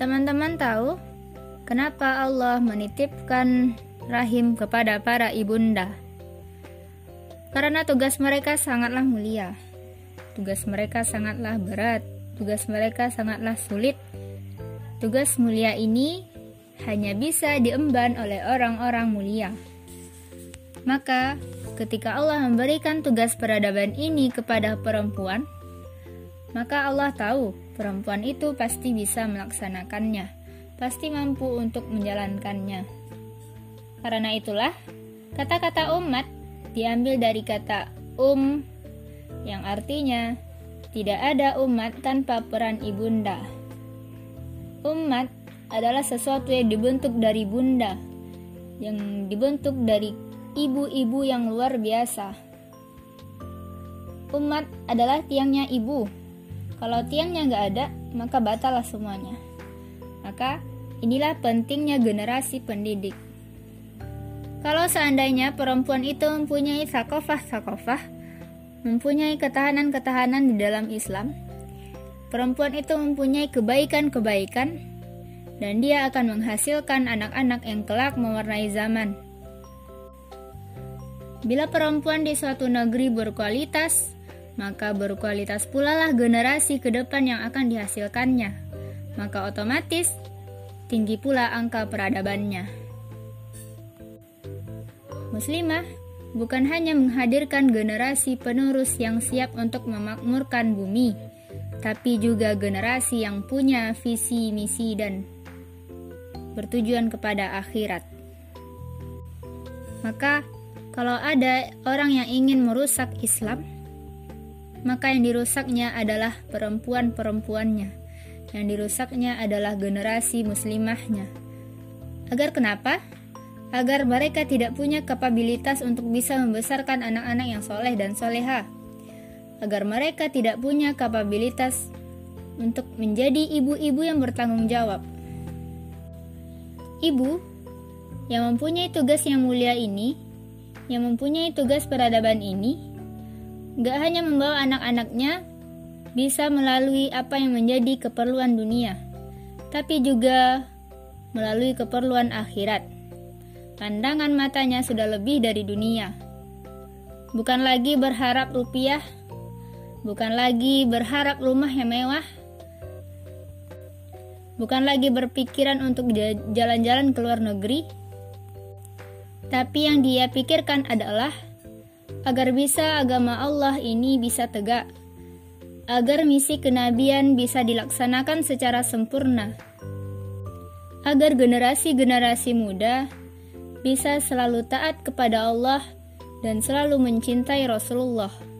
Teman-teman tahu kenapa Allah menitipkan rahim kepada para ibunda? Karena tugas mereka sangatlah mulia. Tugas mereka sangatlah berat. Tugas mereka sangatlah sulit. Tugas mulia ini hanya bisa diemban oleh orang-orang mulia. Maka, ketika Allah memberikan tugas peradaban ini kepada perempuan, maka Allah tahu perempuan itu pasti bisa melaksanakannya, pasti mampu untuk menjalankannya. Karena itulah, kata-kata umat diambil dari kata yang artinya tidak ada umat tanpa peran ibunda. Umat adalah sesuatu yang dibentuk dari bunda, yang dibentuk dari ibu-ibu yang luar biasa. Umat adalah tiangnya ibu. Kalau tiangnya nggak ada, maka batallah semuanya. Maka inilah pentingnya generasi pendidik. Kalau seandainya perempuan itu mempunyai sakofah, mempunyai ketahanan-ketahanan di dalam Islam, perempuan itu mempunyai kebaikan-kebaikan, dan dia akan menghasilkan anak-anak yang kelak mewarnai zaman. Bila perempuan di suatu negeri berkualitas, maka berkualitas pula lah generasi ke depan yang akan dihasilkannya. Maka otomatis tinggi pula angka peradabannya. Muslimah bukan hanya menghadirkan generasi penerus yang siap untuk memakmurkan bumi, tapi juga generasi yang punya visi, misi, dan bertujuan kepada akhirat. Maka, kalau ada orang yang ingin merusak Islam, maka yang dirusaknya adalah perempuan-perempuannya. Yang dirusaknya adalah generasi muslimahnya. Agar kenapa? Agar mereka tidak punya kapabilitas untuk bisa membesarkan anak-anak yang soleh dan soleha. Agar mereka tidak punya kapabilitas untuk menjadi ibu-ibu yang bertanggung jawab. Ibu yang mempunyai tugas yang mulia ini, yang mempunyai tugas peradaban ini, gak hanya membawa anak-anaknya bisa melalui apa yang menjadi keperluan dunia, tapi juga melalui keperluan akhirat. Pandangan matanya sudah lebih dari dunia. Bukan lagi berharap rupiah, bukan lagi berharap rumah yang mewah, bukan lagi berpikiran untuk jalan-jalan ke luar negeri, tapi yang dia pikirkan adalah agar bisa agama Allah ini bisa tegak, agar misi kenabian bisa dilaksanakan secara sempurna, agar generasi-generasi muda bisa selalu taat kepada Allah dan selalu mencintai Rasulullah.